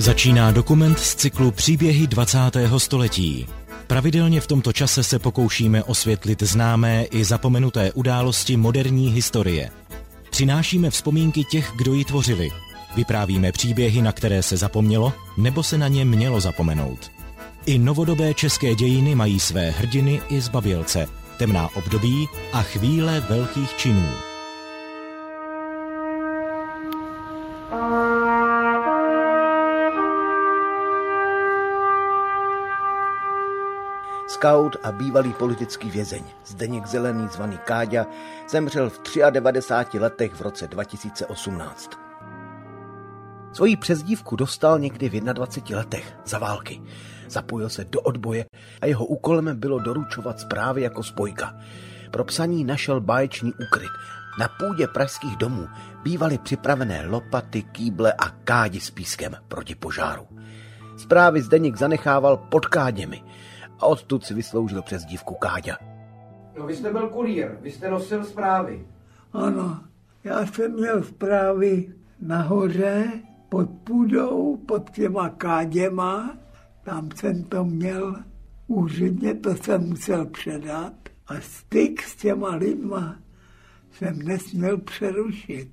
Začíná dokument z cyklu Příběhy 20. století. Pravidelně v tomto čase se pokoušíme osvětlit známé i zapomenuté události moderní historie. Přinášíme vzpomínky těch, kdo ji tvořili. Vyprávíme příběhy, na které se zapomnělo, nebo se na ně mělo zapomenout. I novodobé české dějiny mají své hrdiny i zbabělce, temná období a chvíle velkých činů. Skaut a bývalý politický vězeň Zdeněk Zelený, zvaný Káďa, zemřel v 93 letech v roce 2018. Svoji přezdívku dostal někdy v 21 letech za války. Zapojil se do odboje a jeho úkolem bylo doručovat zprávy jako spojka. Pro psaní našel báječný úkryt. Na půdě pražských domů bývaly připravené lopaty, kýble a kádi s pískem proti požáru. Zprávy Zdeněk zanechával pod káděmi a odtud si vysloužil přezdívku Káďa. No, vy jste byl kurýr, vy jste nosil zprávy. Ano, já jsem měl zprávy nahoře, pod půdou, pod těma káděma. Tam jsem to měl úředně, to jsem musel předat. A styk s těma lidma jsem nesměl přerušit.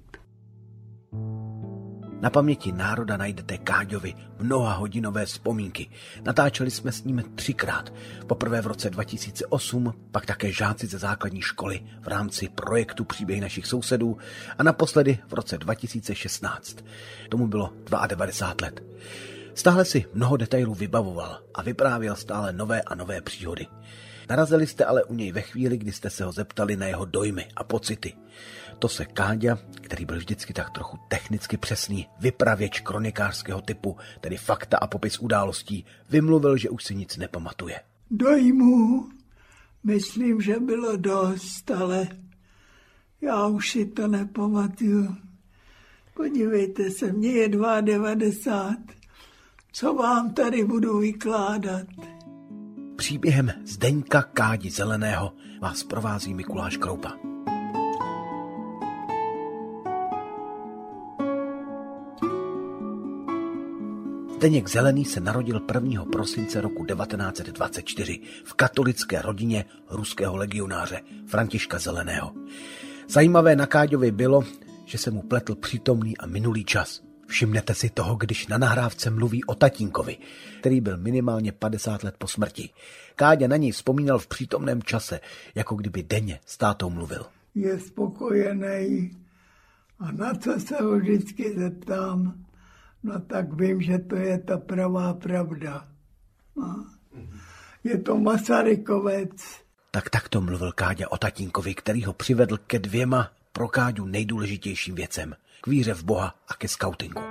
Na paměti národa najdete Káďovi mnohahodinové vzpomínky. Natáčeli jsme s ním 3krát. Poprvé v roce 2008, pak také žáci ze základní školy v rámci projektu Příběhy našich sousedů a naposledy v roce 2016. Tomu bylo 92 let. Stále si mnoho detailů vybavoval a vyprávěl stále nové a nové příhody. Narazili jste ale u něj ve chvíli, kdy jste se ho zeptali na jeho dojmy a pocity. To se Káďa, který byl vždycky tak trochu technicky přesný, vypravěč kronikářského typu, tedy fakta a popis událostí, vymluvil, že už si nic nepamatuje. Dojmů myslím, že bylo dost, ale já už si to nepamatuju. Podívejte se, mně je 92. Co vám tady budu vykládat? Příběhem Zdeňka Kádi Zeleného vás provází Mikuláš Kroupa. Zdeněk Zelený se narodil 1. prosince roku 1924 v katolické rodině ruského legionáře Františka Zeleného. Zajímavé na Káďovi bylo, že se mu pletl přítomný a minulý čas. Všimnete si toho, když na nahrávce mluví o tatínkovi, který byl minimálně 50 let po smrti. Káďa na něj vzpomínal v přítomném čase, jako kdyby denně s tátou mluvil. Je spokojený a na co se ho vždycky zeptám, no tak vím, že to je ta pravá pravda. No. Je to Masarykovec. Tak to mluvil Káďa o tatínkovi, který ho přivedl ke 2 pro Káďu nejdůležitějším věcem. K víře v Boha a ke skautingu.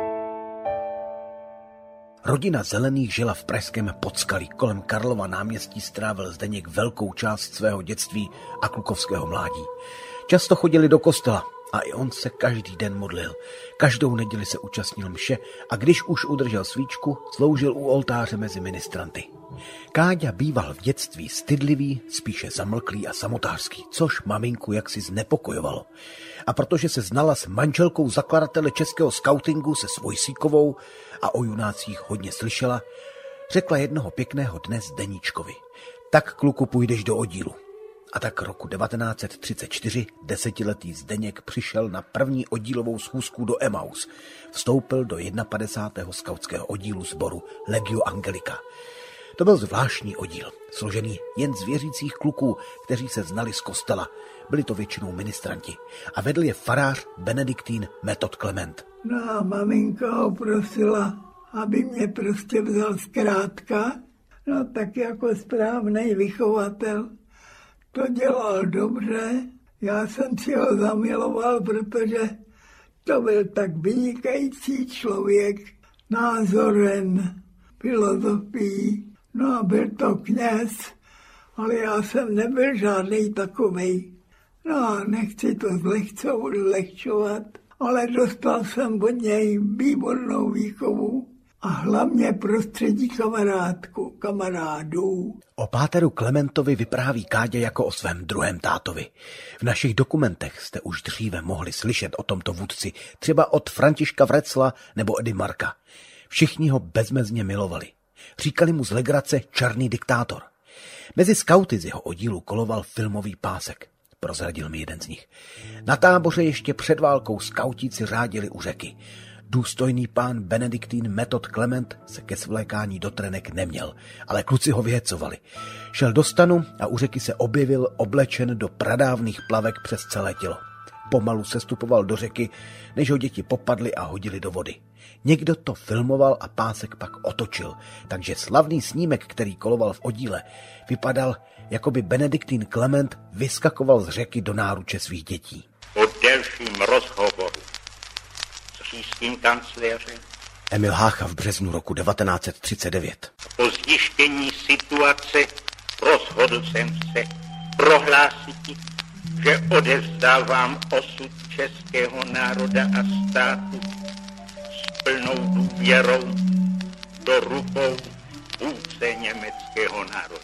Rodina Zelených žila v pražském Podskalí. Kolem Karlova náměstí strávil Zdeněk velkou část svého dětství a klukovského mládí. Často chodili do kostela a i on se každý den modlil. Každou neděli se účastnil mše a když už udržel svíčku, sloužil u oltáře mezi ministranty. Káďa býval v dětství stydlivý, spíše zamlklý a samotářský, což maminku jaksi znepokojovalo. A protože se znala s manželkou zakladatele českého skautingu se Svojsíkovou a o junácích hodně slyšela, řekla jednoho pěkného dne Zdeníčkovi: tak kluku půjdeš do oddílu. A tak roku 1934 10letý Zdeněk přišel na první oddílovou schůzku do Emaus. Vstoupil do 51. skautského oddílu sboru Legio Angelica. To byl zvláštní oddíl, složený jen z věřících kluků, kteří se znali z kostela. Byli to většinou ministranti. A vedl je farář benediktín Metod Klement. No a maminka ho prosila, aby mě prostě vzal zkrátka. No tak jako správnej vychovatel to dělal dobře. Já jsem si ho zamiloval, protože to byl tak vynikající člověk, názoren, filozofií. No a byl to kněz, ale já jsem nebyl žádnej takovej. No a nechci to zlehčovat, ale dostal jsem od něj výbornou výchovu a hlavně prostředí kamarádů. O páteru Klementovi vypráví Káďa jako o svém druhém tátovi. V našich dokumentech jste už dříve mohli slyšet o tomto vůdci, třeba od Františka Vrecla nebo Edy Marka. Všichni ho bezmezně milovali. Říkali mu z legrace černý diktátor. Mezi skauty z jeho oddílu koloval filmový pásek, prozradil mi jeden z nich. Na táboře ještě před válkou skautíci řádili u řeky. Důstojný pán benediktín Metod Klement se ke svlékání do trenek neměl, ale kluci ho vyhecovali. Šel do stanu a u řeky se objevil oblečen do pradávných plavek přes celé tělo. Pomalu sestupoval do řeky, než ho děti popadly a hodili do vody. Někdo to filmoval a pásek pak otočil, takže slavný snímek, který koloval v oddíle, vypadal, jako by benediktín Klement vyskakoval z řeky do náruče svých dětí. Po delším rozhovoru s říšským kancléřem Emil Hácha v březnu roku 1939. Po zjištění situace rozhodl jsem se prohlásit, že odevzdávám osud českého národa a státu s plnou důvěrou do rukou vůdce německého národa.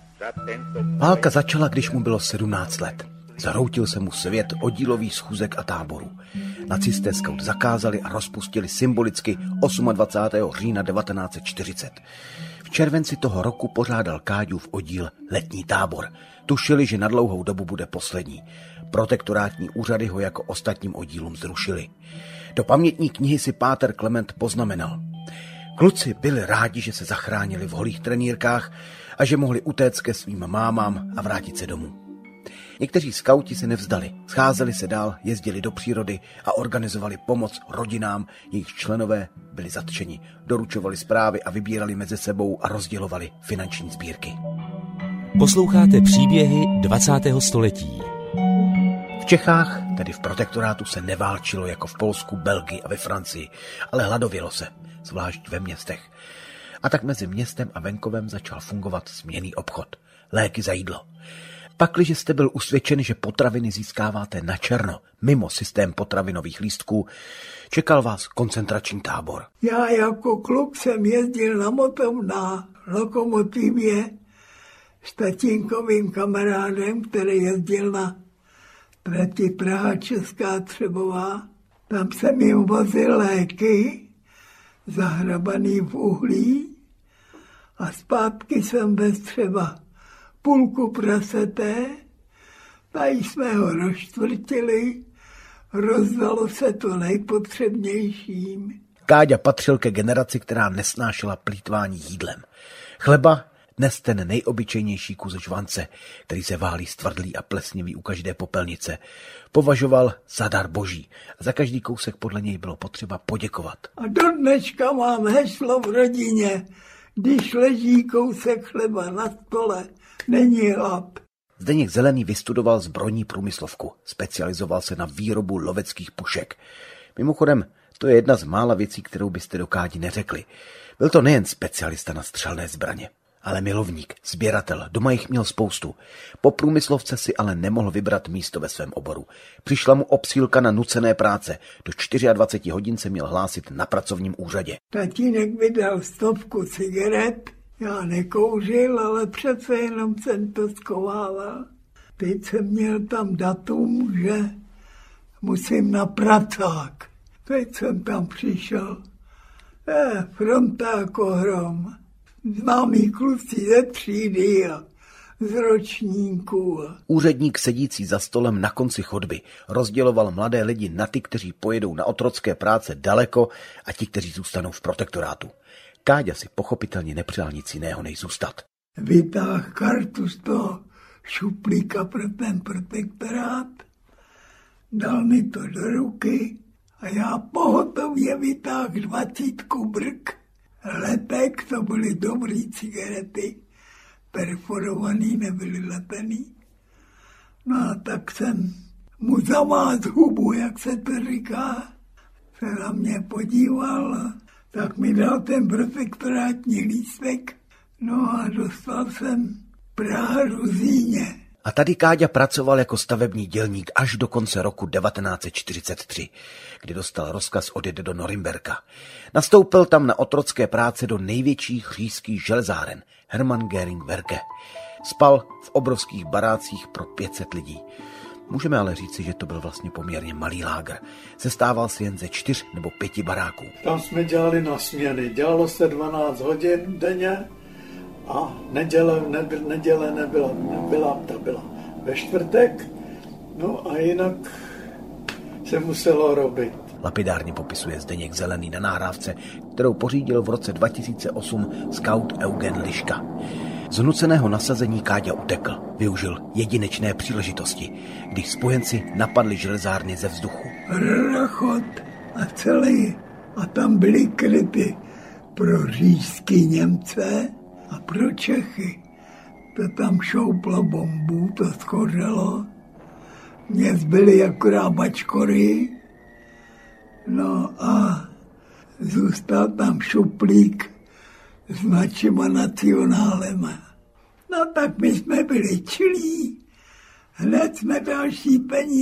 Válka začala, když mu bylo 17 let. Zhroutil se mu svět oddílových schůzek a táborů. Nacisté skaut zakázali a rozpustili symbolicky 28. října 1940. V červenci toho roku pořádal Káďův oddíl letní tábor. Tušili, že na dlouhou dobu bude poslední. Protektorátní úřady ho jako ostatním oddílům zrušili. Do pamětní knihy si páter Klement poznamenal. Kluci byli rádi, že se zachránili v holých trenýrkách a že mohli utéct ke svým mámám a vrátit se domů. Někteří skauti se nevzdali, scházeli se dál, jezdili do přírody a organizovali pomoc rodinám, jejichž členové byli zatčeni, doručovali zprávy a vybírali mezi sebou a rozdělovali finanční sbírky. Posloucháte příběhy 20. století. V Čechách, tedy v protektorátu, se neválčilo jako v Polsku, Belgii a ve Francii, ale hladovělo se, zvlášť ve městech. A tak mezi městem a venkovem začal fungovat směnný obchod, léky za jídlo. Pakliže jste byl usvědčen, že potraviny získáváte na černo, mimo systém potravinových lístků, čekal vás koncentrační tábor. Já jako kluk jsem jezdil na lokomotivě s tatínkovým kamarádem, který jezdil na trati Praha Česká Třebová. Tam jsem jim vozil léky, zahrabaný v uhlí, a zpátky jsem vez třeba půlku prasete, tady jsme ho rozčtvrtili, rozdalo se to nejpotřebnějším. Káďa patřil ke generaci, která nesnášela plýtvání jídlem. Chleba, dnes ten nejobyčejnější kus žvance, který se válí stvrdlý a plesnivý u každé popelnice, považoval za dar boží a za každý kousek podle něj bylo potřeba poděkovat. A do dneška mám heslo v rodině, když leží kousek chleba na stole, není hlad. Zdeněk Zelený vystudoval zbrojní průmyslovku, specializoval se na výrobu loveckých pušek. Mimochodem, to je jedna z mála věcí, kterou byste do Kádi neřekli. Byl to nejen specialista na střelné zbraně, ale milovník, sběratel, doma jich měl spoustu. Po průmyslovce si ale nemohl vybrat místo ve svém oboru. Přišla mu obsílka na nucené práce. Do 24 hodin se měl hlásit na pracovním úřadě. Tatínek vydal 100 cigaret, já nekouřil, ale přece jenom jsem to schovával. Teď jsem měl tam datum, že musím na pracák. Teď jsem tam přišel. Fronta jako hrom. Známí kluci ze třídy a z ročníků. Úředník sedící za stolem na konci chodby rozděloval mladé lidi na ty, kteří pojedou na otrocké práce daleko, a ti, kteří zůstanou v protektorátu. Káďa si pochopitelně nepřál nic jiného, než zůstat. Vytáhl kartu z toho šuplíka pro ten protektorát, dal mi to do ruky a já pohotově vytáhl 20 brk. Letek, to byly dobrý cigarety, perforovaný, nebyly lepený. No a tak jsem mu zamáz hubu, jak se to říká, se na mě podíval, tak mi dal ten protektorátní lístek, no a dostal jsem Praha Ruzíně. A tady Káďa pracoval jako stavební dělník až do konce roku 1943, kdy dostal rozkaz odjet do Norimberka. Nastoupil tam na otrocké práce do největších říšských železáren, Hermann Göring Werke. Spal v obrovských barácích pro 500 lidí. Můžeme ale říci, že to byl vlastně poměrně malý lágr. Sestával si jen ze 4 nebo 5 baráků. Tam jsme dělali na směny. Dělalo se 12 hodin denně a neděle nebyla, ta byla ve čtvrtek. No a jinak se muselo robit. Lapidárně popisuje Zdeněk Zelený na nahrávce, kterou pořídil v roce 2008 scout Eugen Liška. Z nuceného nasazení Káďa utekl. Využil jedinečné příležitosti, když spojenci napadli železárny ze vzduchu. Rachot a celý. A tam byly kryty pro říšský Němce a pro Čechy. To tam šouplo bombu, to schořelo. Mně zbyly akorát bačkory. No a zůstal tam šuplík s našima nacionálema. No tak my jsme byli čilí. Hned jsme další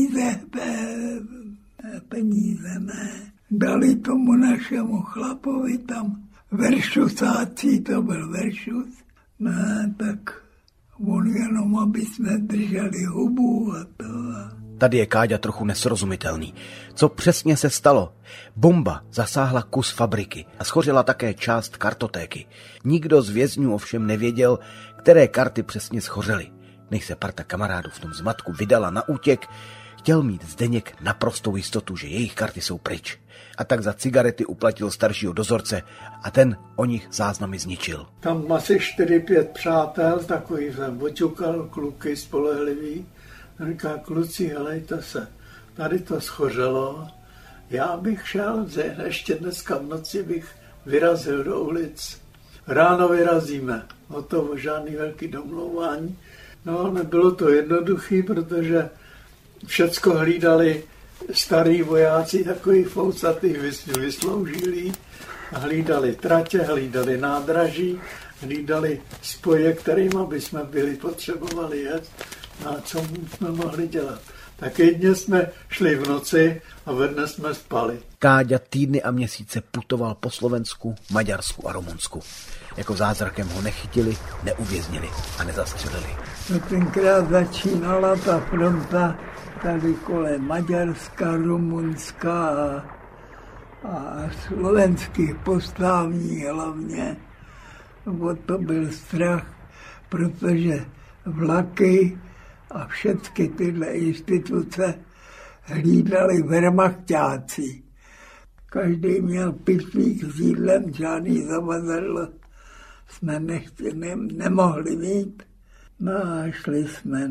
peníze ne. Dali tomu našemu chlapovi tam veršusáci, to byl veršus. No tak on jenom, aby jsme drželi hubu a to. Tady je Káďa trochu nesrozumitelný. Co přesně se stalo? Bomba zasáhla kus fabriky a schořela také část kartotéky. Nikdo z vězňů ovšem nevěděl, které karty přesně schořely. Než se parta kamarádů v tom zmatku vydala na útěk, chtěl mít Zdeněk naprostou jistotu, že jejich karty jsou pryč. A tak za cigarety uplatil staršího dozorce a ten o nich záznamy zničil. Tam asi 4-5 přátel, takový jsem oťukal, kluky spolehlivý. Říká, kluci, helejte se, tady to schořelo, já bych šel, ještě dneska v noci bych vyrazil do ulic. Ráno vyrazíme, hotovo, žádný velký domlouvání. No, nebylo to jednoduchý, protože všecko hlídali starý vojáci, takový foucatý vysloužilí, hlídali tratě, hlídali nádraží, hlídali spoje, kterýma bychom byli potřebovali jet. A co jsme mohli dělat? Tak jedně jsme šli v noci a ve dne jsme spali. Káďa týdny a měsíce putoval po Slovensku, Maďarsku a Rumunsku. Jako zázrakem ho nechytili, neuvěznili a nezastřelili. No tenkrát začínala ta fronta tady kolem Maďarska, Rumunska a slovenských povstání hlavně. Bo to byl strach, protože vlaky a všechny tyhle instituce hlídali wehrmachťáci. Každý měl pytlík s jídlem, žádný zavazadlo jsme nemohli mít. No a šli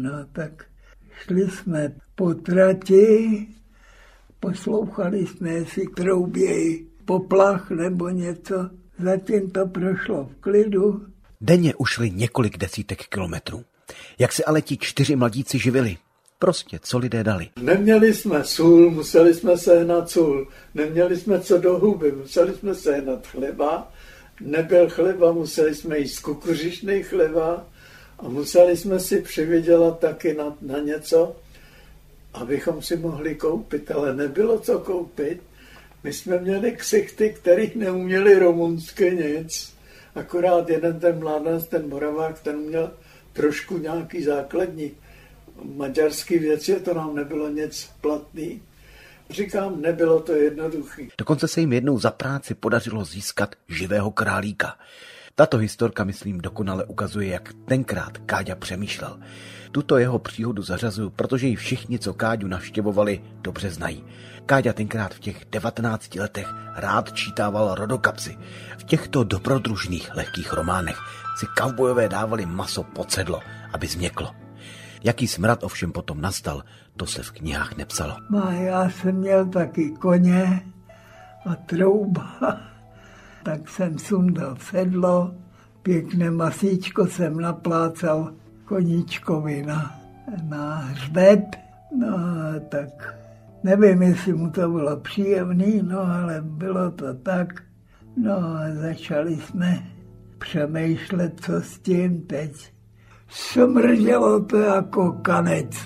jsme po trati, poslouchali jsme, jestli troubějí poplach nebo něco. Zatím to prošlo v klidu. Denně ušli několik desítek kilometrů. Jak se ale ti 4 mladíci živili? Prostě, co lidé dali. Neměli jsme sůl, museli jsme sehnat sůl. Neměli jsme co do huby, museli jsme sehnat chleba. Nebyl chleba, museli jsme jíst kukuřičný chleba a museli jsme si přivydělat taky na něco, abychom si mohli koupit, ale nebylo co koupit. My jsme měli ksichty, který neuměli rumunsky nic. Akorát jeden ten mládenec, ten Moravák, ten měl trošku nějaký základní maďarský věci, to nám nebylo nic platný. Říkám, nebylo to jednoduchý. Dokonce se jim jednou za práci podařilo získat živého králíka. Tato historka, myslím, dokonale ukazuje, jak tenkrát Káďa přemýšlel. Tuto jeho příhodu zařazuju, protože ji všichni, co Káďu navštěvovali, dobře znají. Káďa tenkrát v těch 19 letech rád čítával rodokapsy. V těchto dobrodružných lehkých románech si kaubojové dávali maso pod sedlo, aby změklo. Jaký smrad ovšem potom nastal, to se v knihách nepsalo. No, já jsem měl taky koně a trouba, tak jsem sundal sedlo, pěkné masíčko jsem naplácal koníčkovi na hřbet, no tak nevím, jestli mu to bylo příjemný, no ale bylo to tak. No a začali jsme přemýšlet, co s tím teď. Smrdělo to jako kanec.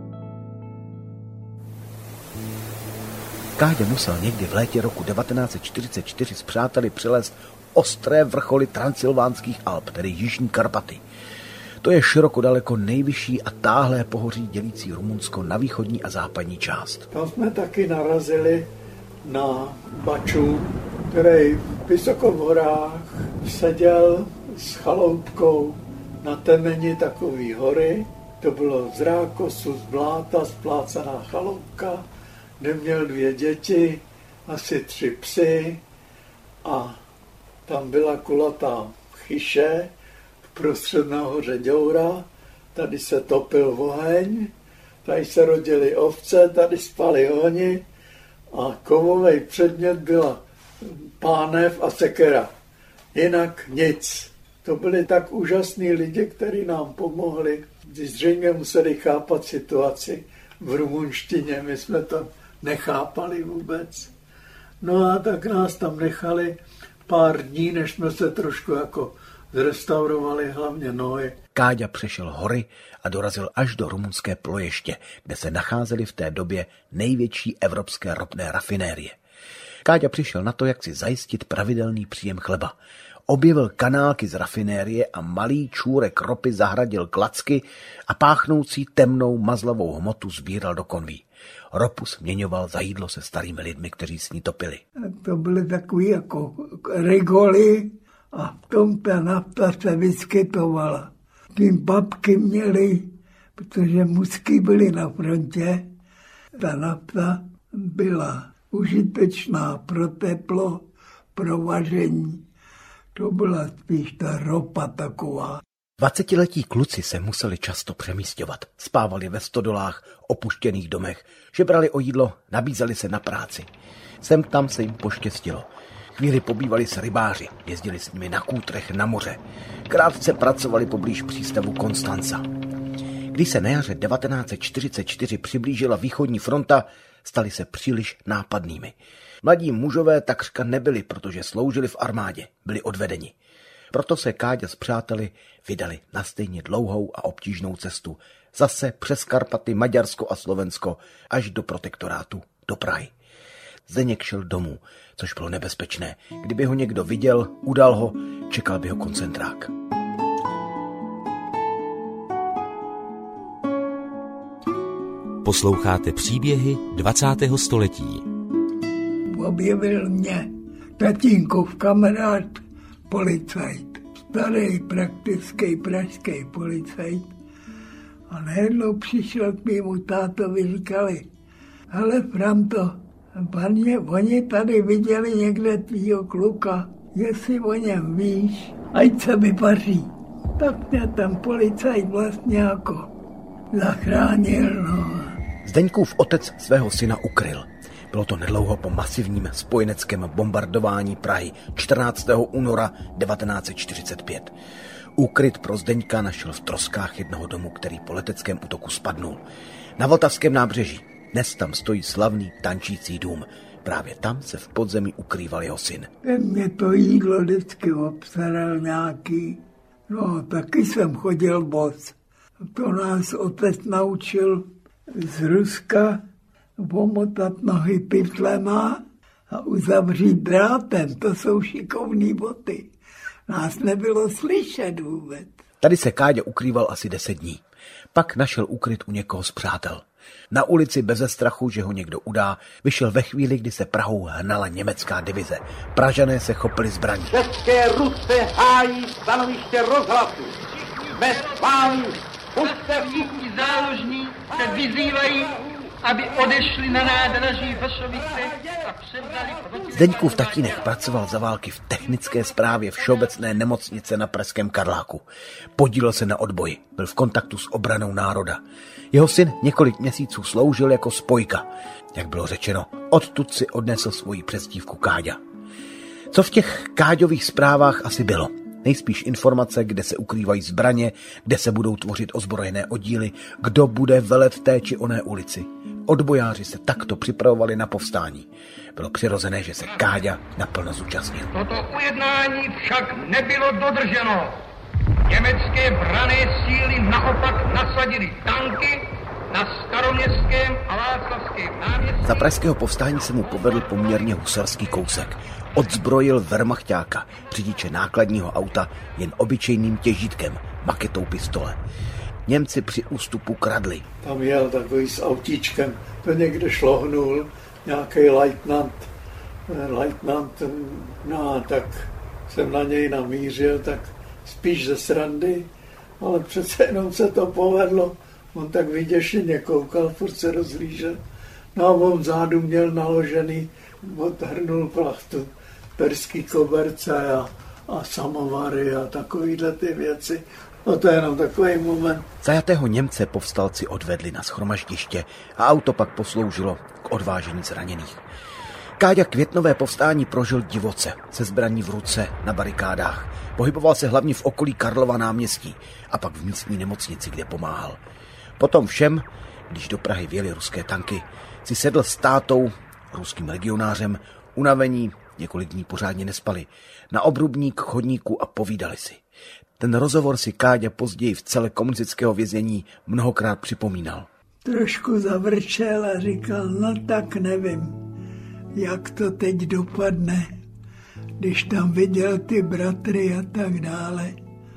Káďa musel někdy v létě roku 1944 s přáteli přelézt ostré vrcholy Transylvánských Alp, tedy Jižní Karpaty. To je široko daleko nejvyšší a táhlé pohoří dělící Rumunsko na východní a západní část. Tam jsme taky narazili na Baču, který vysoko v horách seděl s chaloupkou na temeni takové hory. To bylo z rákosu, z bláta, splácaná chaloupka, kde měl 2 děti, asi 3 psy a tam byla kulatá chyše vprostřed nahoře děura, tady se topil oheň, tady se rodily ovce, tady spali oni a kovový předmět byla pánev a sekera. Jinak nic. To byli tak úžasní lidi, kteří nám pomohli. Zřejmě museli chápat situaci v rumunštině, my jsme to nechápali vůbec. No a tak nás tam nechali pár dní, než jsme se trošku jako zrestaurovali, hlavně nohy. Káďa přešel hory a dorazil až do rumunské Ploještě, kde se nacházely v té době největší evropské ropné rafinérie. Káďa přišel na to, jak si zajistit pravidelný příjem chleba. Objevil kanálky z rafinérie a malý čůrek ropy zahradil klacky a páchnoucí temnou mazlavou hmotu sbíral do konví. Ropu směňoval za jídlo se starými lidmi, kteří s ní topili. To byly takový jako rigoly a v tom ta nafta se vyskytovala. Tím babky měly, protože mužky byly na frontě, ta nafta byla užitečná pro teplo, pro vaření. To byla spíš ta ropa taková. 20letí kluci se museli často přemísťovat. Spávali ve stodolách, opuštěných domech, žebrali o jídlo, nabízeli se na práci. Sem tam se jim poštěstilo. Chvíli pobývali s rybáři, jezdili s nimi na kútrech na moře. Krátce pracovali poblíž přístavu Konstanca. Když se na jaře 1944 přiblížila východní fronta, stali se příliš nápadnými. Mladí mužové takřka nebyli, protože sloužili v armádě, byli odvedeni. Proto se Káďa s přáteli vydali na stejně dlouhou a obtížnou cestu. Zase přes Karpaty, Maďarsko a Slovensko až do protektorátu, do Prahy. Zdeněk šel domů, což bylo nebezpečné. Kdyby ho někdo viděl, udal ho, čekal by ho koncentrák. Posloucháte příběhy 20. století. Objevil mě tatínkův kamarád, policajt, starý praktický pražský policajt. A najednou přišel k mému tátovi, říkali, hele Franto, oni tady viděli někde tvýho kluka, jestli o něm víš, ať se vypaří. Tak mě ten policajt vlastně jako zachránil, no. Zdeňkův otec svého syna ukryl. Bylo to nedlouho po masivním spojeneckém bombardování Prahy 14. února 1945. Úkryt pro Zdeňka našel v troskách jednoho domu, který po leteckém útoku spadnul. Na Vltavském nábřeží. Dnes tam stojí slavný tančící dům. Právě tam se v podzemí ukrýval jeho syn. Ten mě to jídlo vždycky obstaral nějaký. No, taky jsem chodil bos. To nás otec naučil z Ruska omotat nohy pytlema a uzavřít drátem. To jsou šikovný boty. Nás nebylo slyšet vůbec. Tady se Káďa ukrýval asi 10 dní. Pak našel úkryt u někoho z přátel. Na ulici beze strachu, že ho někdo udá, vyšel ve chvíli, kdy se Prahou hnala německá divize. Pražané se chopili zbraní. České Rusy hájí stanoviště rozhlasu. Jsme s vámi. Všichni záložní se vyzývají, aby odešli na nádraží Vršovice a převzali proti... Zdeňkův tatínek pracoval za války v technické správě všeobecné nemocnice na pražském Karláku. Podílel se na odboji, byl v kontaktu s obranou národa. Jeho syn několik měsíců sloužil jako spojka. Jak bylo řečeno, odtud si odnesl svoji přezdívku Káďa. Co v těch Káďových zprávách asi bylo? Nejspíš informace, kde se ukrývají zbraně, kde se budou tvořit ozbrojené oddíly, kdo bude velet té či oné ulici. Odbojáři se takto připravovali na povstání. Bylo přirozené, že se Káďa naplno zúčastnil. Toto ujednání však nebylo dodrženo. Německé branné síly naopak nasadily tanky na Staroměstském a Václavském náměstí. Za pražského povstání se mu povedl poměrně husarský kousek. Odzbrojil wehrmachťáka, řidiče nákladního auta, jen obyčejným těžítkem, maketou pistole. Němci při ústupu kradli. Tam jel takový s autíčkem, to někde šlohnul, nějaký lejtnant, no tak jsem na něj namířil, tak spíš ze srandy, ale přece jenom se to povedlo. On tak vyděšeně koukal, furt se rozhlížel. No a on vzadu měl naložený, odhrnul plachtu, perský koberce a samovary a takovýhle ty věci. No to je jenom takový moment. Zajatého Němce povstalci odvedli na shromaždiště a auto pak posloužilo k odvážení zraněných. Káďa květnové povstání prožil divoce, se zbraní v ruce na barikádách. Pohyboval se hlavně v okolí Karlova náměstí a pak v místní nemocnici, kde pomáhal. Potom všem, když do Prahy vjeli ruské tanky, si sedl s tátou, ruským legionářem, unavení, několik dní pořádně nespali, na obrubník chodníku a povídali si. Ten rozhovor si Káďa později v celé komunistického vězení mnohokrát připomínal. Trošku zavrčel a říkal, no tak nevím, jak to teď dopadne, když tam viděl ty bratry a tak dále.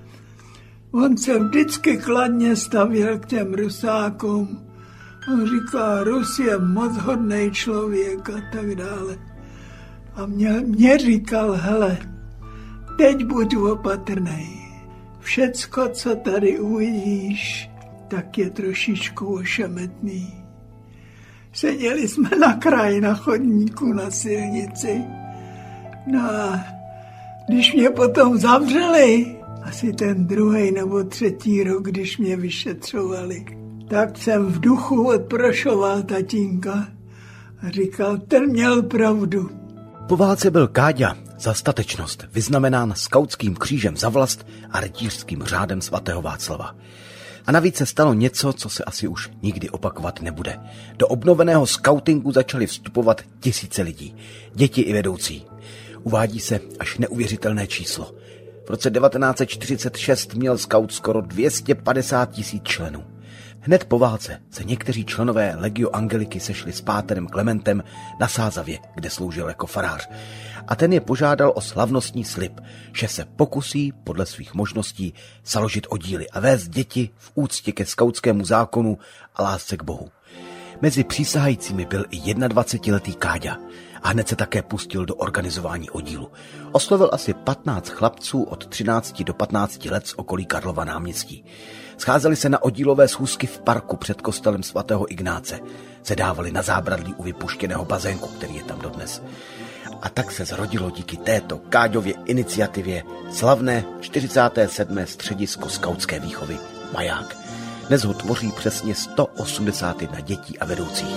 On se vždycky kladně stavěl k těm Rusákům. On říká, Rus je moc hodnej člověk a tak dále. A mě říkal, hele, teď buď opatrnej. Všecko, co tady uvidíš, tak je trošičku ošemetný. Seděli jsme na kraji na chodníku na silnici. No a když mě potom zavřeli, asi ten 2. nebo 3. rok, když mě vyšetřovali, tak jsem v duchu odprošoval tatínka a říkal, ten měl pravdu. Po válce byl Káďa za statečnost vyznamenán skautským křížem za vlast a rytířským řádem svatého Václava. A navíc se stalo něco, co se asi už nikdy opakovat nebude. Do obnoveného skautingu začaly vstupovat tisíce lidí, děti i vedoucí. Uvádí se až neuvěřitelné číslo. V roce 1946 měl skaut skoro 250 000 členů. Hned po válce se někteří členové Legio Angeliky sešli s páterem Klementem na Sázavě, kde sloužil jako farář. A ten je požádal o slavnostní slib, že se pokusí podle svých možností založit oddíly a vést děti v úctě ke skautskému zákonu a lásce k Bohu. Mezi přísahajícími byl i 21letý Káďa a hned se také pustil do organizování oddílu. Oslovil asi 15 chlapců od 13 do 15 let z okolí Karlova náměstí. Scházeli se na oddílové schůzky v parku před kostelem svatého Ignáce. Sedávali na zábradlí u vypuštěného bazénku, který je tam dodnes. A tak se zrodilo díky této Káďově iniciativě slavné 47. středisko skautské výchovy Maják. Dnes ho tvoří přesně 181 dětí a vedoucích.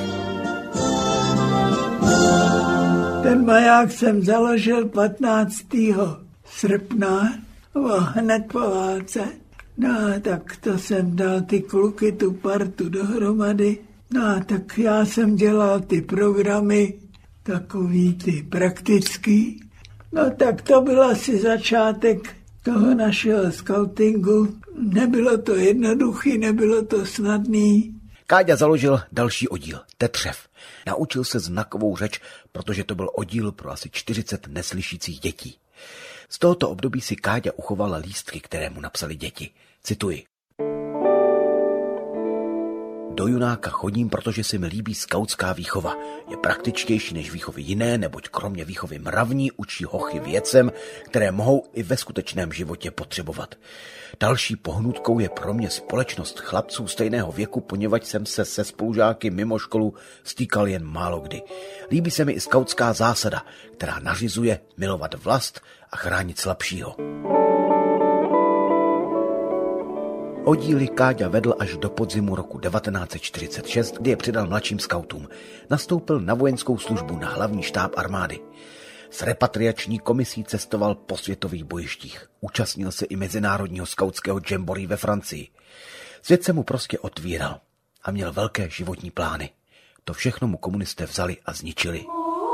Ten maják jsem založil 15. srpna, hned po válce. No tak to jsem dal ty kluky, tu partu dohromady. No tak já jsem dělal ty programy, takový ty praktický. No tak to byl asi začátek toho našeho skautingu. Nebylo to jednoduchý, nebylo to snadný. Káďa založil další oddíl, Tetřev. Naučil se znakovou řeč, protože to byl oddíl pro asi 40 neslyšících dětí. Z tohoto období si Káďa uchovala lístky, které mu napsali děti. Cituji. Do Junáka chodím, protože se mi líbí skautská výchova. Je praktičtější než výchovy jiné, neboť kromě výchovy mravní učí hochy věcem, které mohou i ve skutečném životě potřebovat. Další pohnutkou je pro mě společnost chlapců stejného věku, poněvadž jsem se se spolužáky mimo školu stýkal jen málo kdy. Líbí se mi i skautská zásada, která nařizuje milovat vlast a chránit slabšího. Oddíly Káďa vedl až do podzimu roku 1946, kdy je předal mladším skautům. Nastoupil na vojenskou službu na hlavní štáb armády. S repatriační komisí cestoval po světových bojištích. Účastnil se i mezinárodního skautského jamboree ve Francii. Svět se mu prostě otvíral a měl velké životní plány. To všechno mu komunisté vzali a zničili.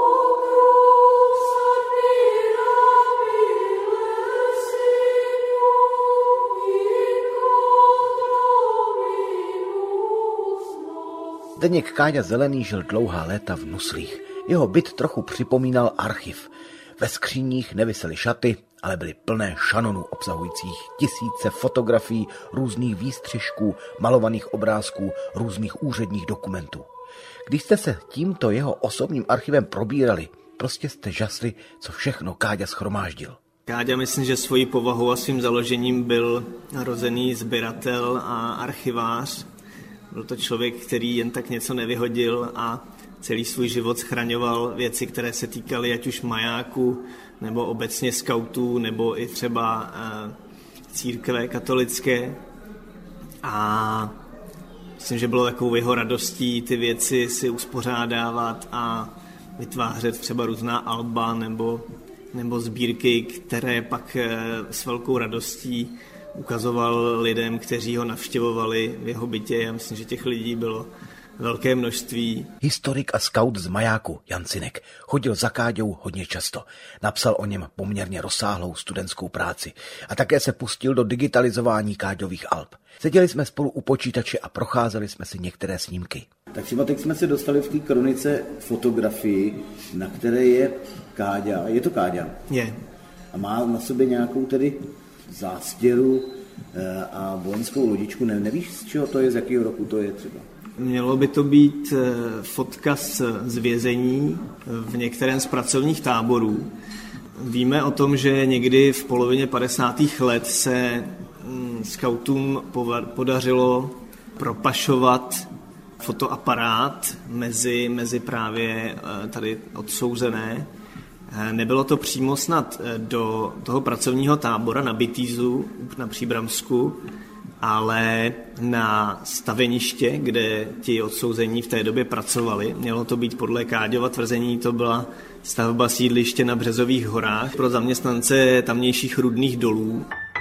Zdeněk Káďa Zelený žil dlouhá léta v Nuslích. Jeho byt trochu připomínal archiv. Ve skříních nevisely šaty ale byly plné šanonů obsahujících tisíce fotografií, různých výstřižků, malovaných obrázků, různých úředních dokumentů. Když jste se tímto jeho osobním archivem probírali, prostě jste žasli, co všechno Káďa shromáždil. Káďa, myslím, že svojí povahou a svým založením byl rozený sběratel a archivář. Byl to člověk, který jen tak něco nevyhodil a celý svůj život schraňoval věci, které se týkaly ať už majáku, nebo obecně skautů, nebo i třeba církve katolické. A myslím, že bylo takovou jeho radostí ty věci si uspořádávat a vytvářet třeba různá alba nebo sbírky, které pak s velkou radostí ukazoval lidem, kteří ho navštěvovali v jeho bytě. Já myslím, že těch lidí bylo velké množství. Historik a skaut z majáku Jan Sinek chodil za Káďou hodně často. Napsal o něm poměrně rozsáhlou studentskou práci a také se pustil do digitalizování Káďových alb. Seděli jsme spolu u počítače a procházeli jsme si některé snímky. Tak třeba teď jsme se dostali v té kronice fotografii, na které je Káďa. Je to Káďa? Je. A má na sobě nějakou tedy zástěru a vojenskou lodičku. Nevíš, z čeho to je, z jakého roku to je třeba? Mělo by to být fotka z vězení v některém z pracovních táborů. Víme o tom, že někdy v polovině 50. let se skautům podařilo propašovat fotoaparát mezi právě tady odsouzené. Nebylo to přímo snad do toho pracovního tábora na Bitýzu, na Příbramsku, ale na staveniště, kde ti odsouzení v té době pracovali. Mělo to být podle Káďova tvrzení, to byla stavba sídliště na Březových horách pro zaměstnance tamnějších rudných dolů.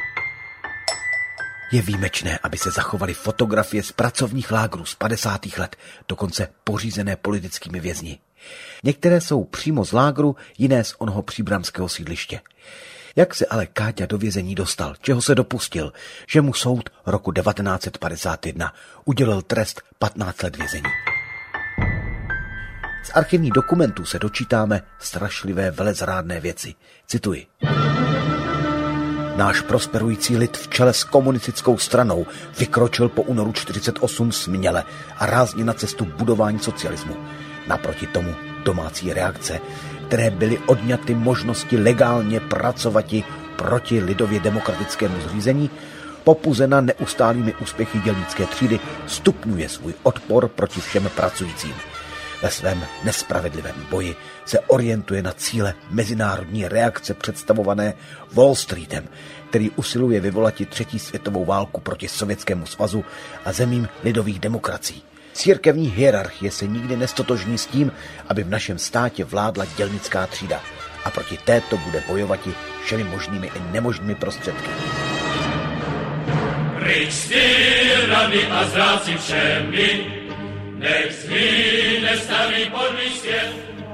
Je výjimečné, aby se zachovaly fotografie z pracovních lágrů z 50. let, dokonce pořízené politickými vězni. Některé jsou přímo z lágru, jiné z onoho příbramského sídliště. Jak se ale Káďa do vězení dostal, čeho se dopustil, že mu soud roku 1951 udělil trest 15 let vězení. Z archivních dokumentů se dočítáme strašlivé velezrádné věci. Cituji. Náš prosperující lid v čele s komunistickou stranou vykročil po únoru 1948 směle a rázně na cestu budování socialismu. Naproti tomu domácí reakce, které byly odňaty možnosti legálně pracovati proti lidově demokratickému zřízení, popuzena neustálými úspěchy dělnické třídy, stupňuje svůj odpor proti všem pracujícím. Ve svém nespravedlivém boji se orientuje na cíle mezinárodní reakce představované Wall Streetem, který usiluje vyvolati třetí světovou válku proti Sovětskému svazu a zemím lidových demokracií. Církevní hierarchie se nikdy nestotožní s tím, aby v našem státě vládla dělnická třída a proti této bude bojovati všemi možnými i nemožnými prostředky. Pryč s tyrany a zráci všemi, nech zhyne starý podlý svět.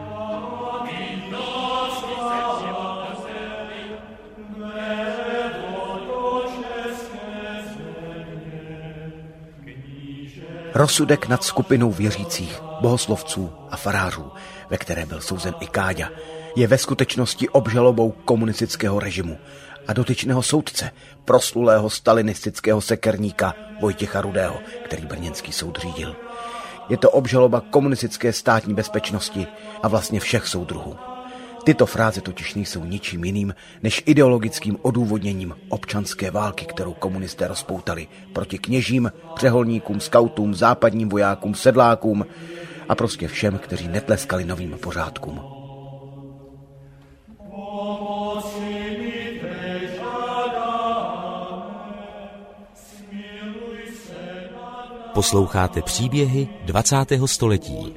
Rozsudek nad skupinou věřících, bohoslovců a farářů, ve které byl souzen i Káďa, je ve skutečnosti obžalobou komunistického režimu a dotyčného soudce, proslulého stalinistického sekerníka Vojtěcha Rudého, který brněnský soud řídil. Je to obžaloba komunistické státní bezpečnosti a vlastně všech soudruhů. Tyto fráze totiž nejsou ničím jiným než ideologickým odůvodněním občanské války, kterou komunisté rozpoutali proti kněžím, přeholníkům, skautům, západním vojákům, sedlákům a prostě všem, kteří netleskali novým pořádkům. Posloucháte příběhy 20. století.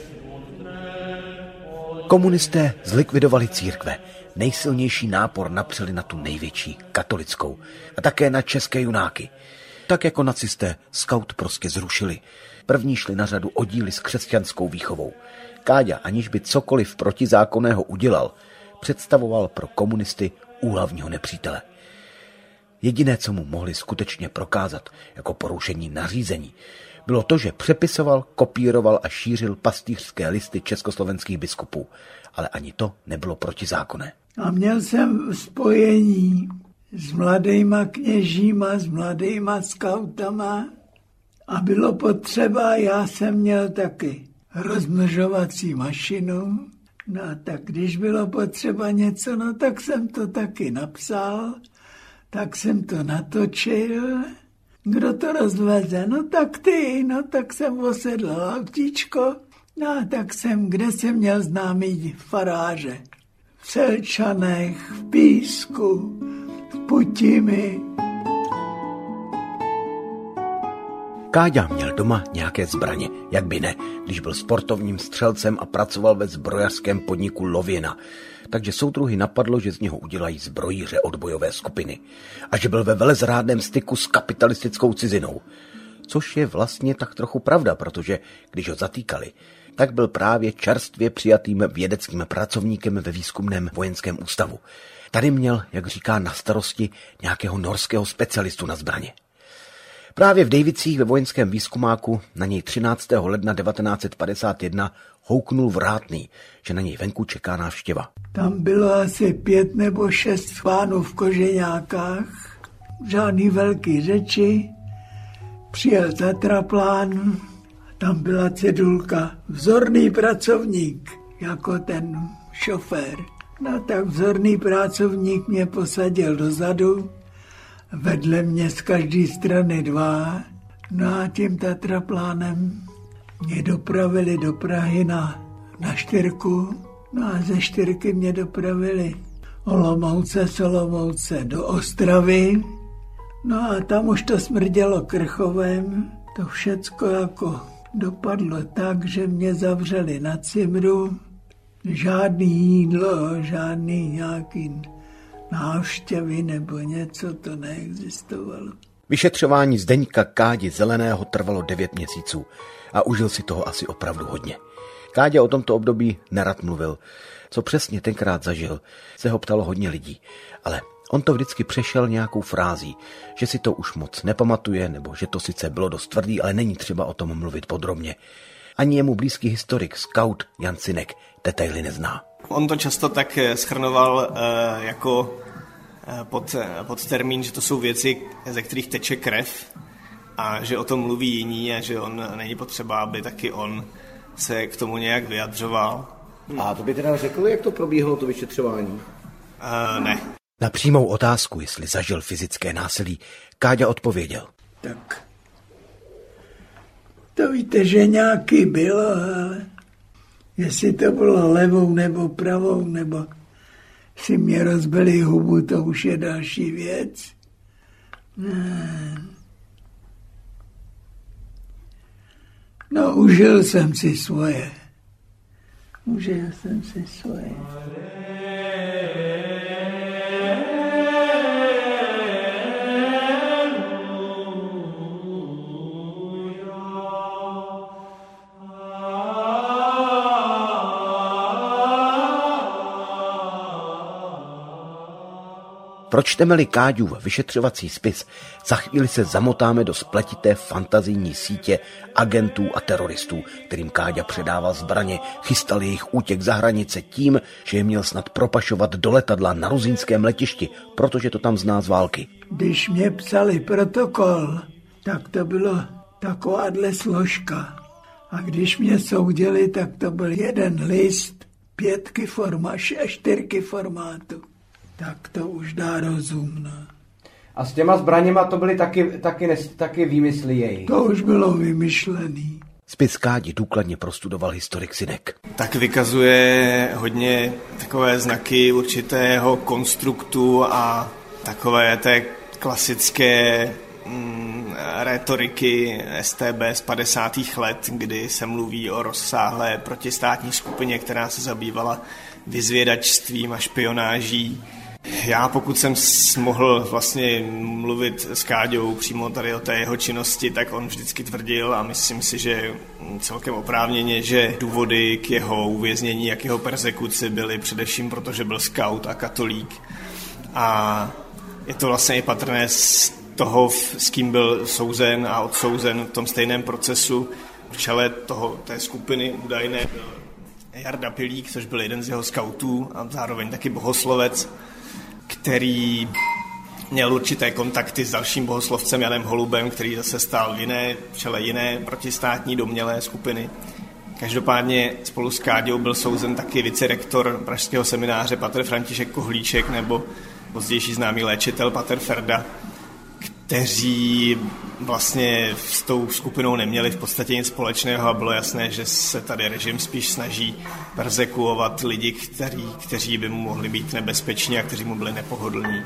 Komunisté zlikvidovali církve. Nejsilnější nápor napřeli na tu největší, katolickou. A také na české junáky. Tak jako nacisté skaut prostě zrušili. První šli na řadu oddíly s křesťanskou výchovou. Káďa, aniž by cokoliv protizákonného udělal, představoval pro komunisty úhlavního nepřítele. Jediné, co mu mohli skutečně prokázat jako porušení nařízení, bylo to, že přepisoval, kopíroval a šířil pastýřské listy československých biskupů. Ale ani to nebylo protizákonné. A měl jsem spojení s mladýma kněžíma, s mladýma skautama a bylo potřeba, já jsem měl taky rozmnožovací mašinu, no tak když bylo potřeba něco, no tak jsem to taky napsal, tak jsem to natočil. Kdo to rozveze? No tak ty, no tak jsem osedl autíčko, no tak kde jsem měl známý faráře? V Selčanech, v Písku, v Putimi. Káďa měl doma nějaké zbraně, jak by ne, když byl sportovním střelcem a pracoval ve zbrojařském podniku Lověna. Takže soudruhy napadlo, že z něho udělají zbrojíře odbojové skupiny a že byl ve velezrádném styku s kapitalistickou cizinou. Což je vlastně tak trochu pravda, protože když ho zatýkali, tak byl právě čerstvě přijatým vědeckým pracovníkem ve výzkumném vojenském ústavu. Tady měl, jak říká, na starosti nějakého norského specialistu na zbraně. Právě v Dejvicích ve vojenském výzkumáku na něj 13. ledna 1951 houknul vrátný, že na něj venku čeká návštěva. Tam bylo asi 5 nebo 6 pánů v koženákách, žádný velký řeči, přijel Tatraplán, tam byla cedulka, vzorný pracovník, jako ten šofér. No tak vzorný pracovník mě posadil dozadu, vedle mě z každé strany 2, no a tím Tatraplánem mě dopravili do Prahy na Štyrku, no a ze Štyrky mě dopravili Olomouce do Ostravy, no a tam už to smrdělo Krchovem, to všecko jako dopadlo tak, že mě zavřeli na cimru, žádný jídlo, žádný nějaký návštěvy nebo něco, to neexistovalo. Vyšetřování Zdeňka Kádi Zeleného trvalo 9 měsíců a užil si toho asi opravdu hodně. Káďa o tomto období nerad mluvil. Co přesně tenkrát zažil, se ho ptalo hodně lidí, ale on to vždycky přešel nějakou frází, že si to už moc nepamatuje, nebo že to sice bylo dost tvrdý, ale není třeba o tom mluvit podrobně. Ani jemu blízký historik, skaut Jan Cinek, detaily nezná. On to často tak shrnoval jako pod termín, že to jsou věci, ze kterých teče krev a že o tom mluví jiní a že on není potřeba, aby taky on se k tomu nějak vyjadřoval. A to by teda řekl, jak to probíhalo, to vyšetřování? Ne. Na přímou otázku, jestli zažil fyzické násilí, Káďa odpověděl. Tak, to víte, že nějaký bylo, ale jestli to bylo levou nebo pravou, nebo si mě rozbili hubu, to už je další věc. No, užil jsem si svoje. Pročteme-li Káďův vyšetřovací spis, za chvíli se zamotáme do spletité fantazijní sítě agentů a teroristů, kterým Káďa předával zbraně, chystal jejich útěk za hranice tím, že je měl snad propašovat do letadla na ruzínském letišti, protože to tam zná z války. Když mě psali protokol, tak to bylo takováhle složka. A když mě soudili, tak to byl jeden list, 5 a 4 formátu. Tak to už dá rozum, no. A s těma zbraněma to byly taky výmysly jej. To už bylo vymyšlený. Spis Kádi důkladně prostudoval historik Cinek. Tak vykazuje hodně takové znaky určitého konstruktu a takové té klasické rétoriky StB z 50. let, kdy se mluví o rozsáhlé protistátní skupině, která se zabývala vyzvědačstvím a špionáží. Já, pokud jsem mohl vlastně mluvit s Káďou přímo tady o té jeho činnosti, tak on vždycky tvrdil a myslím si, že celkem oprávněně, že důvody k jeho uvěznění a k jeho persekuci byly především proto, že byl skaut a katolík. A je to vlastně i patrné z toho, s kým byl souzen a odsouzen v tom stejném procesu. V čele té skupiny údajné byl Jarda Pilík, což byl jeden z jeho skautů a zároveň taky bohoslovec, který měl určité kontakty s dalším bohoslovcem Janem Holubem, který zase stál v čele jiné protistátní domnělé skupiny. Každopádně spolu s Káďou byl souzen taky vicerektor pražského semináře pater František Kohlíček nebo pozdější známý léčitel pater Ferda, kteří vlastně s tou skupinou neměli v podstatě nic společného a bylo jasné, že se tady režim spíš snaží perzekuovat lidi, kteří by mu mohli být nebezpeční a kteří mu byli nepohodlní.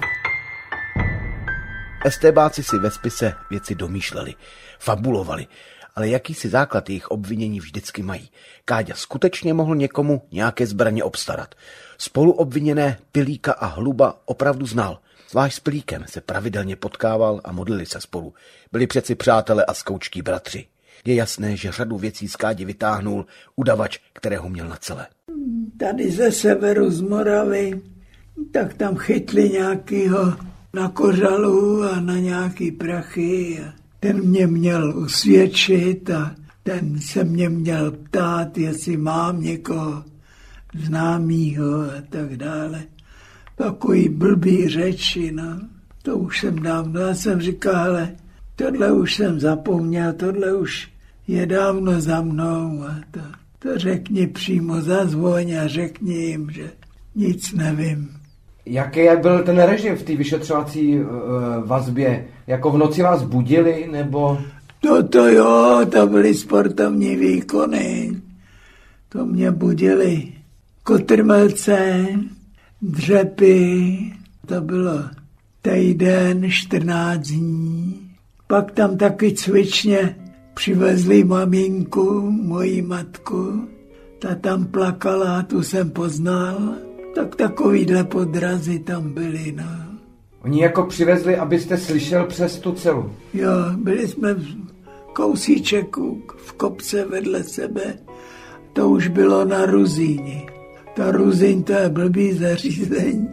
Estébáci si ve spise věci domýšleli, fabulovali, ale jakýsi základ jejich obvinění vždycky mají. Káďa skutečně mohl někomu nějaké zbraně obstarat. Spoluobviněné Pilíka a Hluba opravdu znal. Zvlášť s Pilíkem se pravidelně potkával a modlili se spolu. Byli přeci přátelé a skaučtí bratři. Je jasné, že řadu věcí z Kádi vytáhnul udavač, kterého měl na celé. Tady ze severu z Moravy, tak tam chytli nějakýho na kořalu a na nějaký prachy. Ten mě měl usvědčit a ten se mě měl ptát, jestli mám někoho známýho a tak dále. Takový blbý řeči, no. To už jsem dávno, já jsem říkal, ale tohle už jsem zapomněl, tohle už je dávno za mnou a to řekni přímo, zazvoň a řekni jim, že nic nevím. Jaký byl ten režim v té vyšetřovací vazbě? Jako v noci vás budili, nebo? To jo, to byly sportovní výkony. To mě budili kotrmelce, dřepy, to bylo týden, 14 dní. Pak tam taky cvičně přivezli maminku, moji matku. Ta tam plakala, tu jsem poznal. Tak takovýhle podrazy tam byly, no. Oni jako přivezli, abyste slyšel přes tu celu? Jo, byli jsme v kousíčeku v kopce vedle sebe. To už bylo na Ruzíni. Ta Ruzín, to je blbý zařízení.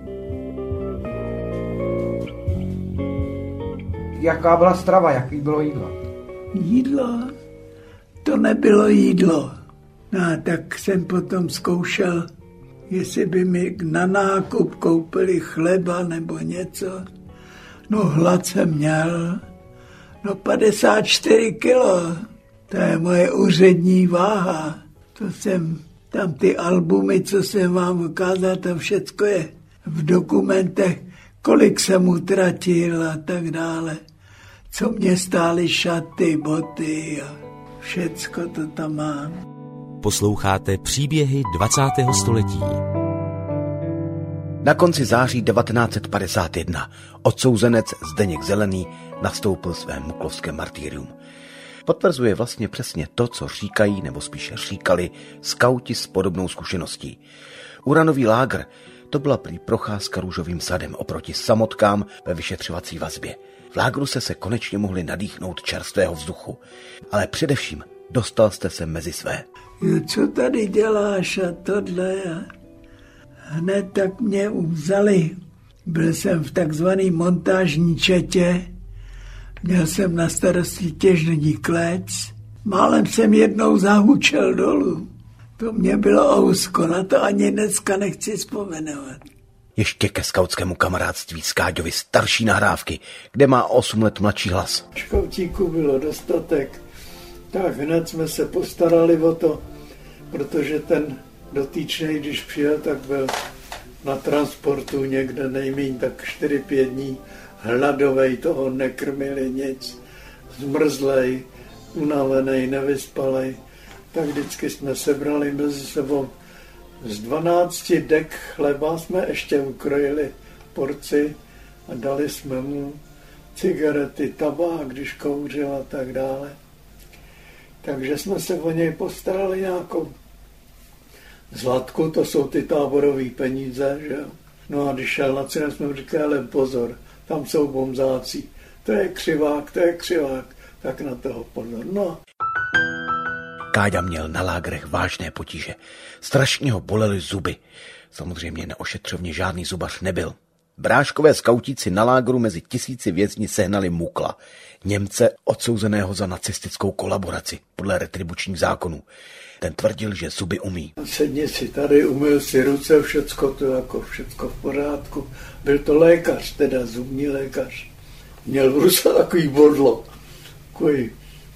Jaká byla strava, jaký bylo jídlo? Jídlo? To nebylo jídlo. No, tak jsem potom zkoušel, jestli by mi na nákup koupili chleba nebo něco. No hlad jsem měl. No 54 kilo. To je moje úřední váha. To jsem, tam ty albumy, co jsem vám ukázal, to všecko je v dokumentech, kolik jsem utratil a tak dále. Co mě stály šaty, boty a všecko to tam mám. Posloucháte příběhy 20. století. Na konci září 1951 odsouzenec Zdeněk Zelený nastoupil své muklovské martýrium. Potvrzuje vlastně přesně to, co říkají, nebo spíše říkali, skauti s podobnou zkušeností. Uranový lágr, to byla prý procházka růžovým sadem oproti samotkám ve vyšetřovací vazbě. V lágru se konečně mohli nadýchnout čerstvého vzduchu, ale především dostal jste se mezi své. Co tady děláš a tohle? Hned tak mě vzali. Byl jsem v takzvaný montážní četě. Měl jsem na starosti těžní klec. Málem jsem jednou zahučel dolů. To mě bylo ousko, na to ani dneska nechci vzpomenovat. Ještě ke skautskému kamarádství z Káďovy starší nahrávky, kde má 8 let mladší hlas. Škautíků bylo dostatek, tak hned jsme se postarali o to, protože ten dotyčnej, když přijel, tak byl na transportu někde nejméně tak 4-5 dní, hladovej, toho nekrmili nic, zmrzlej, unavenej, nevyspalej. Tak vždycky jsme sebrali mezi sebou z 12 dek chleba jsme ještě ukrojili porci a dali jsme mu cigarety, tabák, když kouřil a tak dále. Takže jsme se o něj postarali nějakou zlatku, to jsou ty táborové peníze, že jo. No a když šel na cenu, jsme říkali, ale pozor, tam jsou bomzáci, to je křivák, tak na toho pozor, no. Káďa měl na lágrech vážné potíže. Strašně ho bolely zuby. Samozřejmě na ošetřovně žádný zubař nebyl. Bráškové skautíci na lágru mezi 1000 vězni sehnali Mukla, Němce odsouzeného za nacistickou kolaboraci podle retribučních zákonů. Ten tvrdil, že zuby umí. Sedni si tady, umyl si ruce, všecko to jako všecko v pořádku. Byl to lékař, teda zubní lékař. Měl v ruce takový bodlo, takový,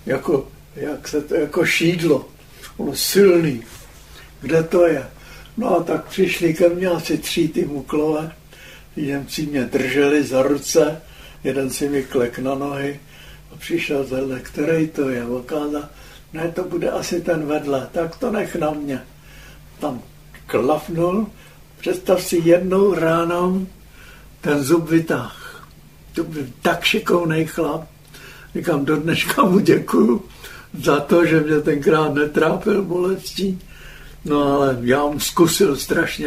jako šídlo. Bylo silný. Kde to je? No a tak přišli ke mně asi 3 ty Muklové. Němci mě drželi za ruce, jeden si mi klek na nohy a přišel zhle, který to je? Okázal, ne, to bude asi ten vedle, tak to nech na mě. Tam klafnul, představ si jednou ránou ten zub vytáh. To byl tak šikovnej chlap. Říkám, do dneška mu děkuju za to, že mě tenkrát netrápil bolestí. No ale já mu zkusil strašně.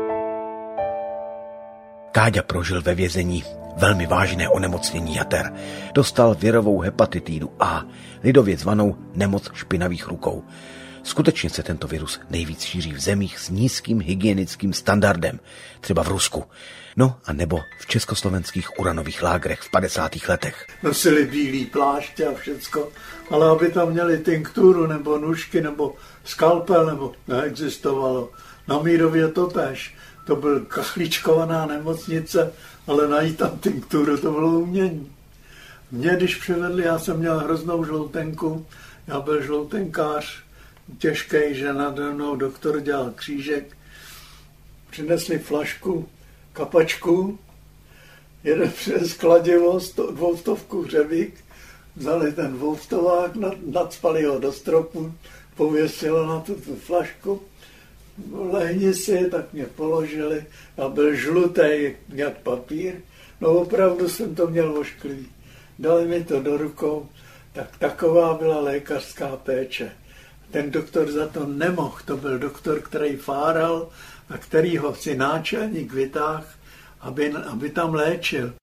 Káďa prožil ve vězení velmi vážné onemocnění jater. Dostal virovou hepatitidu A, lidově zvanou nemoc špinavých rukou. Skutečně se tento virus nejvíc šíří v zemích s nízkým hygienickým standardem, třeba v Rusku. No a nebo v československých uranových lágrech v 50. letech. Nosili bílý pláště a všecko, ale aby tam měli tinkturu nebo nůžky nebo skalpel, nebo neexistovalo. Na Mírově to též. To byl kachličkovaná nemocnice, ale najít tam tinkturu, to bylo umění. Mě, když přivedli, já jsem měl hroznou žloutenku, já byl žloutenkář, těžký, že nade mnou doktor dělal křížek. Přinesli flašku, kapačku, jeden přines kladivo, 200 hřebík, vzali ten 200, nacpali ho do stropu, pověsili na tu flašku, lehni si, tak mě položili, já byl žlutý jak papír, no opravdu jsem to měl ošklivý. Dali mi to do rukou, tak taková byla lékařská péče. Ten doktor za to nemohl, to byl doktor, který fáral a který ho si náčelník vytáhl, aby tam léčil.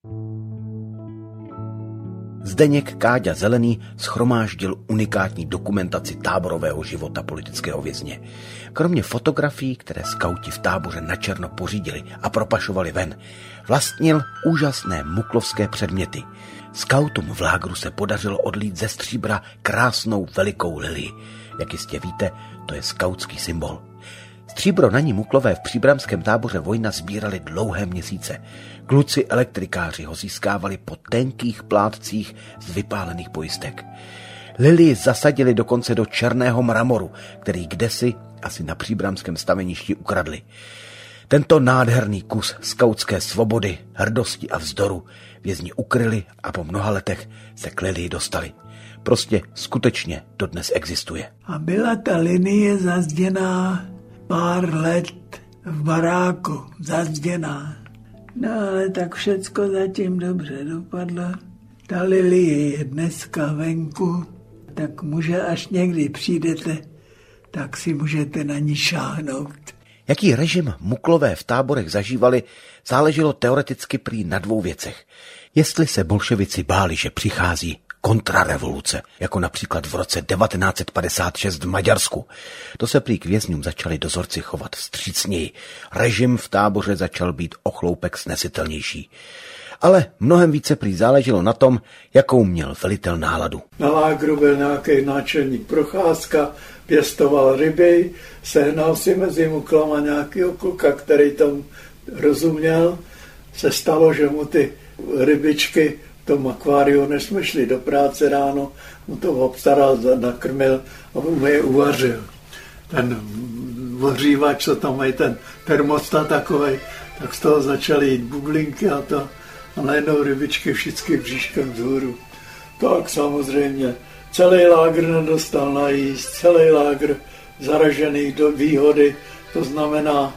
Zdeněk Káďa Zelený shromáždil unikátní dokumentaci táborového života politického vězně. Kromě fotografií, které skauti v táboře načerno pořídili a propašovali ven, vlastnil úžasné muklovské předměty. Skautům v lágru se podařilo odlít ze stříbra krásnou velikou lilii. Jak jistě víte, to je skautský symbol. Stříbro na ní Muklové v příbramském táboře Vojna sbírali dlouhé měsíce. Kluci elektrikáři ho získávali po tenkých plátcích z vypálených pojistek. Lilii zasadili dokonce do černého mramoru, který kdesi asi na příbramském staveništi ukradli. Tento nádherný kus skautské svobody, hrdosti a vzdoru vězni ukryli a po mnoha letech se k Lilii dostali. Prostě skutečně dodnes existuje. A byla ta linie zazděná pár let v baráku, zazděná. No ale tak všecko zatím dobře dopadlo. Ta lilie je dneska venku, tak může, až někdy přijdete, tak si můžete na ní šáhnout. Jaký režim Muklové v táborech zažívali, záleželo teoreticky prý na 2 věcech. Jestli se bolševici báli, že přichází kontrarevoluce, jako například v roce 1956 v Maďarsku. To se prý k vězňům začali dozorci chovat vstřícněji. Režim v táboře začal být o chloupek snesitelnější. Ale mnohem více prý záleželo na tom, jakou měl velitel náladu. Na lágru byl nějaký náčelník Procházka, pěstoval ryby, sehnal si mezi Muklama nějakýho kluka, který tomu rozuměl. Se stalo, že mu ty rybičky v tom akváriu, než jsme šli do práce ráno, mu to obstaral, nakrmil a mu je uvařil. Ten ohřívač, co tam mají, ten termostat takovej, tak z toho začaly jít bublinky a to. A najednou rybičky všichni bříškem vzhůru. Tak samozřejmě celý lágr nedostal najíst, celý lágr zaražený do výhody, to znamená,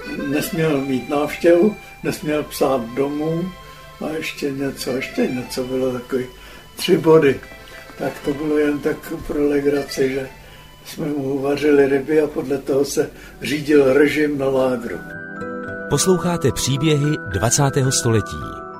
nesměl mít návštěvu, nesměl psát domů a ještě něco bylo takový 3 body. Tak to bylo jen tak pro legraci, že jsme mu uvařili ryby a podle toho se řídil režim na lágru. Posloucháte příběhy 20. století.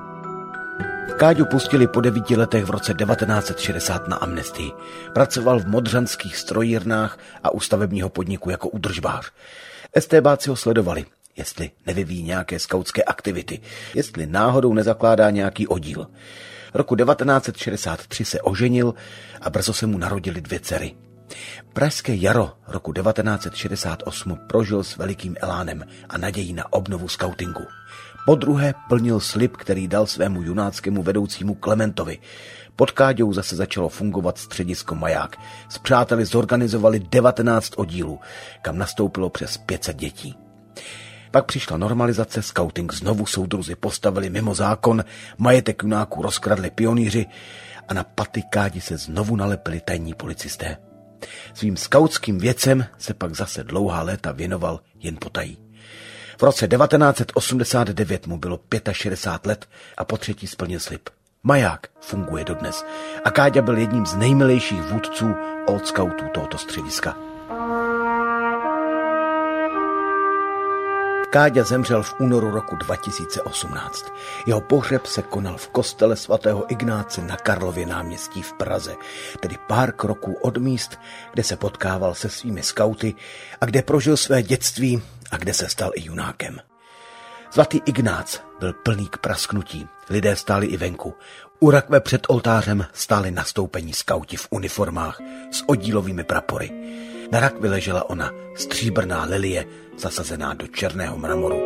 Káďu pustili po 9 letech v roce 1960 na amnestii. Pracoval v modřanských strojírnách a u stavebního podniku jako údržbář. STBáci ho sledovali. jestli nevyvíjí nějaké skautské aktivity, jestli náhodou nezakládá nějaký oddíl. Roku 1963 se oženil a brzo se mu narodily 2 dcery. Pražské jaro roku 1968 prožil s velikým elánem a nadějí na obnovu skautingu. Podruhé plnil slib, který dal svému junáckému vedoucímu Klementovi. Pod Káďou zase začalo fungovat středisko Maják. S přáteli zorganizovali 19 oddílů, kam nastoupilo přes 500 dětí. Pak přišla normalizace, skauting znovu soudruzi postavili mimo zákon, majetek junáků rozkradli pionýři a na paty Kádi se znovu nalepili tajní policisté. Svým skautským věcem se pak zase dlouhá léta věnoval jen potají. V roce 1989 mu bylo 65 let a potřetí splnil slib. Maják funguje dodnes a Káďa byl jedním z nejmilejších vůdců old scoutů tohoto střediska. Káďa zemřel v únoru roku 2018. Jeho pohřeb se konal v kostele svatého Ignáce na Karlově náměstí v Praze, tedy pár kroků od míst, kde se potkával se svými skauty a kde prožil své dětství a kde se stal i junákem. Svatý Ignác byl plný k prasknutí, lidé stáli i venku. U rakve před oltářem stáli nastoupení skauti v uniformách s oddílovými prapory. Na rakvi ležela ona, stříbrná lilie, zasazená do černého mramoru.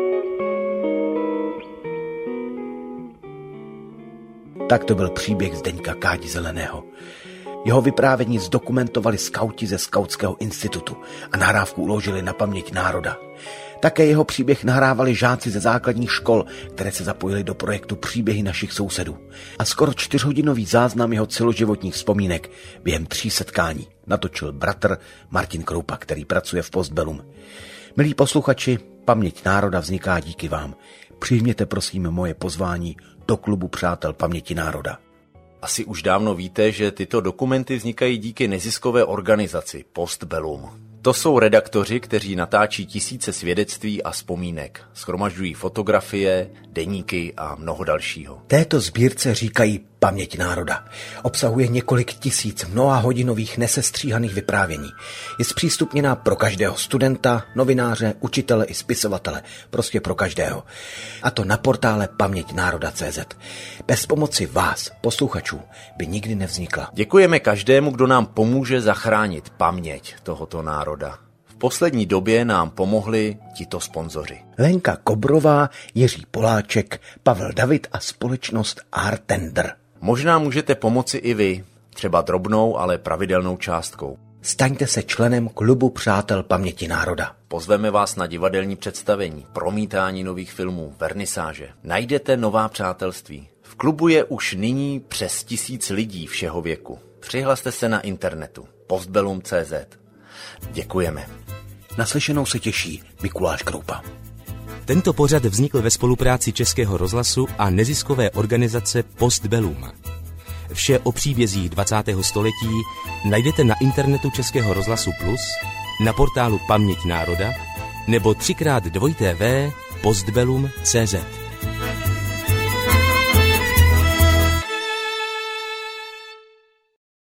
Tak to byl příběh Zdeňka Kádi Zeleného. Jeho vyprávění zdokumentovali skauti ze Skautského institutu a nahrávku uložili na paměť národa. Také jeho příběh nahrávali žáci ze základních škol, které se zapojili do projektu Příběhy našich sousedů. A skoro 4hodinový záznam jeho celoživotních vzpomínek během 3 setkání natočil bratr Martin Kroupa, který pracuje v Postbellum. Milí posluchači, Paměť národa vzniká díky vám. Přijměte prosím moje pozvání do klubu Přátel paměti národa. Asi už dávno víte, že tyto dokumenty vznikají díky neziskové organizaci Postbellum. To jsou redaktoři, kteří natáčí tisíce svědectví a vzpomínek, shromažďují fotografie, deníky a mnoho dalšího. Této sbírce říkají Paměť národa. Obsahuje několik tisíc mnohahodinových nesestříhaných vyprávění. Je zpřístupněná pro každého studenta, novináře, učitele i spisovatele. Prostě pro každého. A to na portále paměťnároda.cz. Bez pomoci vás, posluchačů, by nikdy nevznikla. Děkujeme každému, kdo nám pomůže zachránit paměť tohoto národa. V poslední době nám pomohli tito sponzoři. Lenka Kobrová, Jiří Poláček, Pavel David a společnost Artender. Možná můžete pomoci i vy, třeba drobnou, ale pravidelnou částkou. Staňte se členem klubu Přátel paměti národa. Pozveme vás na divadelní představení, promítání nových filmů, vernisáže. Najdete nová přátelství. V klubu je už nyní přes 1000 lidí všeho věku. Přihlaste se na internetu postbellum.cz. Děkujeme. Naslyšenou se těší Mikuláš Kroupa. Tento pořad vznikl ve spolupráci Českého rozhlasu a neziskové organizace Postbellum. Vše o příbězích 20. století najdete na internetu Českého rozhlasu Plus, na portálu Paměť národa nebo 3x2tv postbellum.cz.